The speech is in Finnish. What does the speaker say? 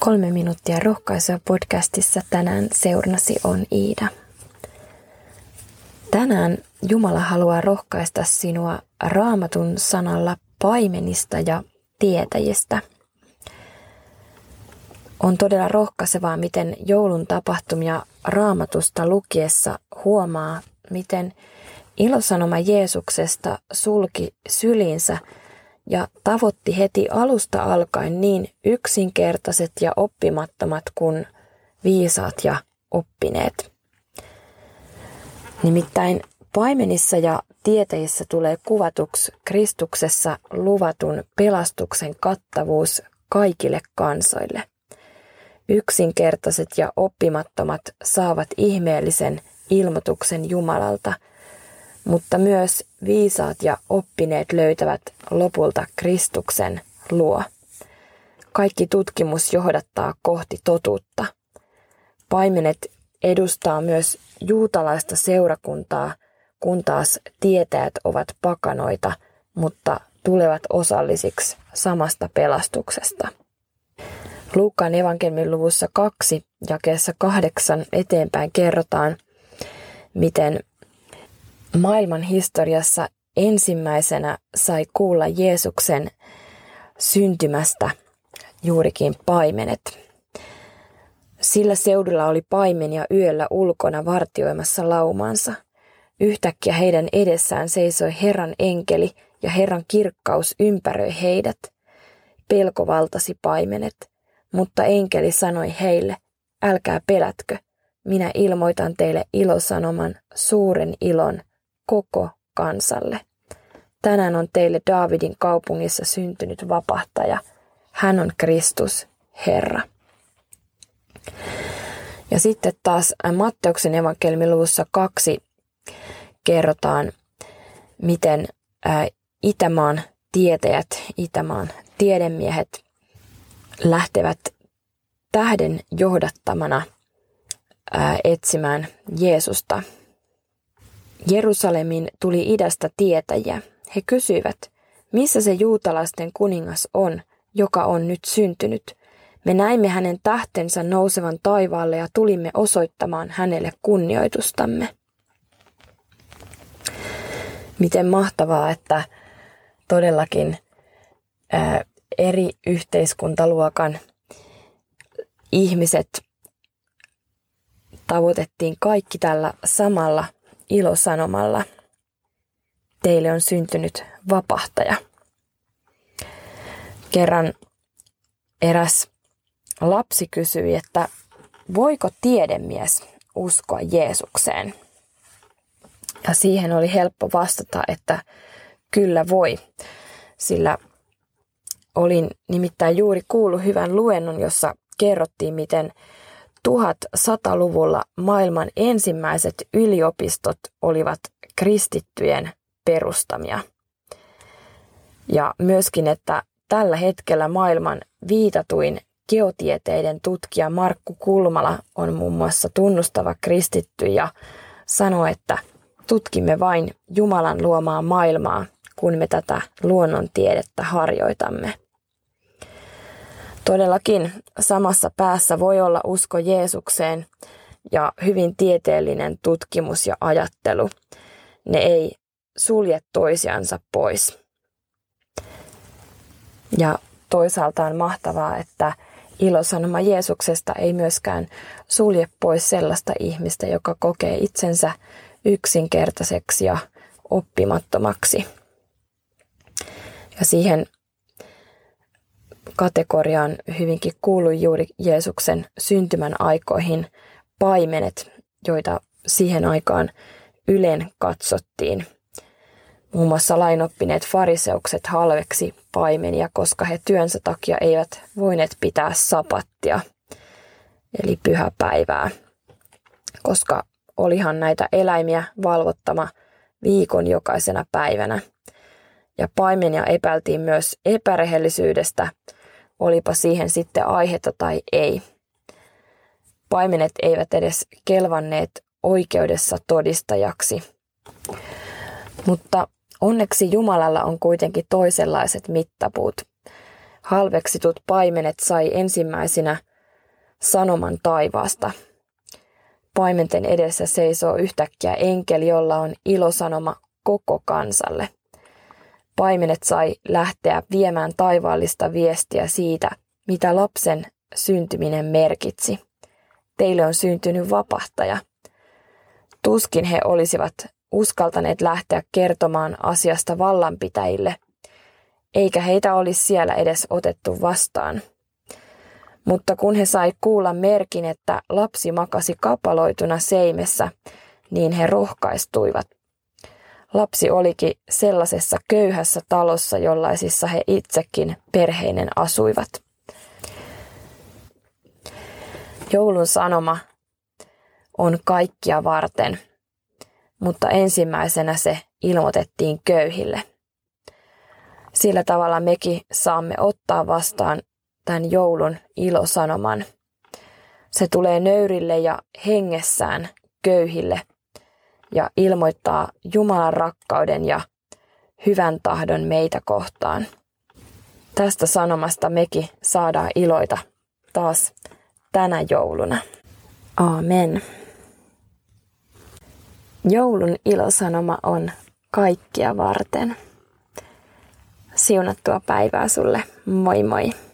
3 minuuttia rohkaisua podcastissa tänään seurnasi on Iida. Tänään Jumala haluaa rohkaista sinua Raamatun sanalla paimenista ja tietäjistä. On todella rohkaisevaa, miten joulun tapahtumia Raamatusta lukiessa huomaa, miten ilosanoma Jeesuksesta sulki syliinsä ja tavoitti heti alusta alkaen niin yksinkertaiset ja oppimattomat kuin viisaat ja oppineet. Nimittäin paimenissa ja tietäjissä tulee kuvatuksi Kristuksessa luvatun pelastuksen kattavuus kaikille kansoille. Yksinkertaiset ja oppimattomat saavat ihmeellisen ilmoituksen Jumalalta, mutta myös viisaat ja oppineet löytävät lopulta Kristuksen luo. Kaikki tutkimus johdattaa kohti totuutta. Paimenet edustaa myös juutalaista seurakuntaa, kun taas tietäjät ovat pakanoita, mutta tulevat osallisiksi samasta pelastuksesta. Luukkaan evankeliumin luvussa 2, jakeessa 8 eteenpäin kerrotaan, miten maailman historiassa ensimmäisenä sai kuulla Jeesuksen syntymästä juurikin paimenet. Sillä seudulla oli paimenia yöllä ulkona vartioimassa laumaansa. Yhtäkkiä heidän edessään seisoi Herran enkeli ja Herran kirkkaus ympäröi heidät. Pelko valtasi paimenet, mutta enkeli sanoi heille, älkää pelätkö, minä ilmoitan teille ilosanoman, suuren ilon koko kansalle. Tänään on teille Daavidin kaupungissa syntynyt vapahtaja. Hän on Kristus, Herra. Ja sitten taas Matteuksen evankeliumin luvussa 2 kerrotaan, miten Itämaan tietäjät, Itämaan tiedemiehet lähtevät tähden johdattamana etsimään Jeesusta. Jerusalemiin tuli idästä tietäjiä. He kysyivät, missä se juutalaisten kuningas on, joka on nyt syntynyt. Me näimme hänen tähtensä nousevan taivaalle ja tulimme osoittamaan hänelle kunnioitustamme. Miten mahtavaa, että todellakin eri yhteiskuntaluokan ihmiset tavoitettiin kaikki tällä samalla ilosanomalla. Teille on syntynyt vapahtaja. Kerran eräs lapsi kysyi, että voiko tiedemies uskoa Jeesukseen? Ja siihen oli helppo vastata, että kyllä voi, sillä olin nimittäin juuri kuullut hyvän luennon, jossa kerrottiin, miten 1100-luvulla maailman ensimmäiset yliopistot olivat kristittyjen perustamia. Ja myöskin, että tällä hetkellä maailman viitatuin geotieteiden tutkija Markku Kulmala on muun muassa tunnustava kristitty ja sanoo, että tutkimme vain Jumalan luomaa maailmaa, kun me tätä luonnontiedettä harjoitamme. Todellakin samassa päässä voi olla usko Jeesukseen ja hyvin tieteellinen tutkimus ja ajattelu. Ne ei sulje toisiansa pois. Ja toisaalta on mahtavaa, että ilosanoma Jeesuksesta ei myöskään sulje pois sellaista ihmistä, joka kokee itsensä yksinkertaiseksi ja oppimattomaksi. Ja siihen kategoriaan hyvinkin kuului juuri Jeesuksen syntymän aikoihin paimenet, joita siihen aikaan ylen katsottiin. Muun muassa lainoppineet fariseukset halveksi paimenia, koska he työnsä takia eivät voineet pitää sapattia, eli pyhäpäivää, koska olihan näitä eläimiä valvottama viikon jokaisena päivänä. Ja paimenia epäiltiin myös epärehellisyydestä, olipa siihen sitten aihetta tai ei. Paimenet eivät edes kelvanneet oikeudessa todistajaksi. Mutta onneksi Jumalalla on kuitenkin toisenlaiset mittapuut. Halveksitut paimenet sai ensimmäisinä sanoman taivaasta. Paimenten edessä seisoo yhtäkkiä enkeli, jolla on ilosanoma koko kansalle. Paimenet sai lähteä viemään taivaallista viestiä siitä, mitä lapsen syntyminen merkitsi. Teille on syntynyt vapahtaja. Tuskin he olisivat uskaltaneet lähteä kertomaan asiasta vallanpitäjille, eikä heitä olisi siellä edes otettu vastaan. Mutta kun he sai kuulla merkin, että lapsi makasi kapaloituna seimessä, niin he rohkaistuivat. Lapsi olikin sellaisessa köyhässä talossa, jollaisissa he itsekin perheinen asuivat. Joulun sanoma on kaikkia varten, mutta ensimmäisenä se ilmoitettiin köyhille. Sillä tavalla mekin saamme ottaa vastaan tämän joulun ilosanoman. Se tulee nöyrille ja hengessään köyhille ja ilmoittaa Jumalan rakkauden ja hyvän tahdon meitä kohtaan. Tästä sanomasta mekin saadaan iloita taas tänä jouluna. Aamen. Joulun ilosanoma on kaikkia varten. Siunattua päivää sulle. Moi moi!